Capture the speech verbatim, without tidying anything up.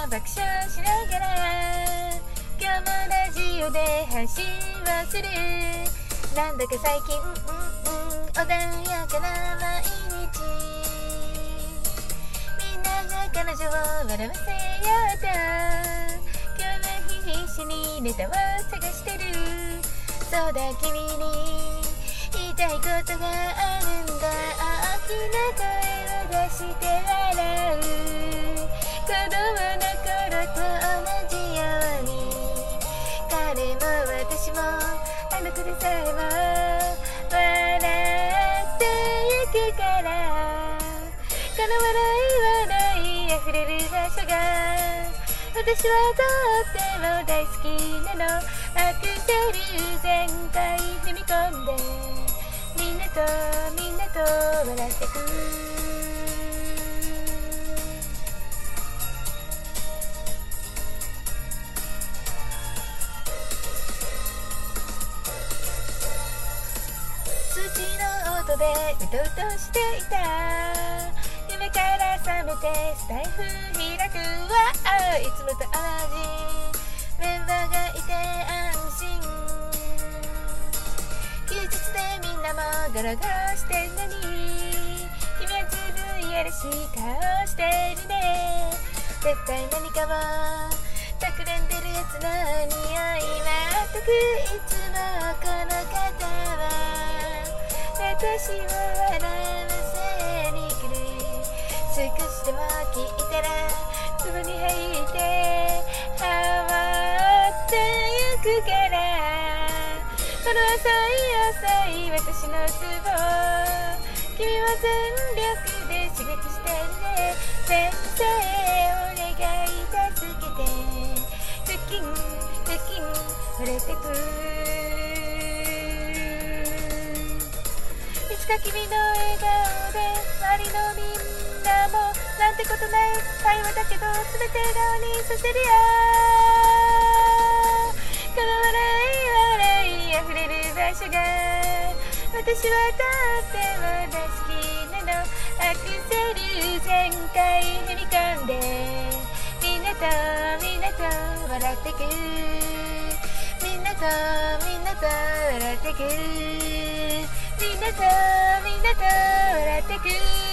爆笑しながら今日もラジオで配信をする。なんだか最近、うんうん、穏やかな毎日。みんなが彼女を笑わせようと今日は必死にネタを探してる。そうだ、君に言いたいことがあるんだ。大きな声を出して笑う。子供の頃と同じように彼も私もあの子でさえも笑ってゆくから、この笑い笑いあふれる場所が私はとっても大好きなの。アクセル全開踏み込んでみんなとみんなと笑ってく。土の音でうとうとしていた。夢から覚めてスタイフ開くわ。いつもと同じメンバーがいて安心。休日でみんなもゴロゴロしてんのに君はずるいやらしい顔してるね。絶対何かを企んでるやつの匂い。全くいつもこの方は私を笑わせに来る。少しでも聞いたらツボに入ってハマってゆくから、この浅い浅い私のツボ君は全力で刺激してるね。先生お願い助けて。腹筋腹筋触れてく。いつか君の笑顔で周りのみんなもなんてことない会話だけど全て笑顔にさせるよ。この笑い笑いあふれる場所が私はとっても大好きなの。アクセル全開踏み込んでみんなとみんなと笑ってく。みんなとみんなと笑ってく。みんなとみんなと笑ってく。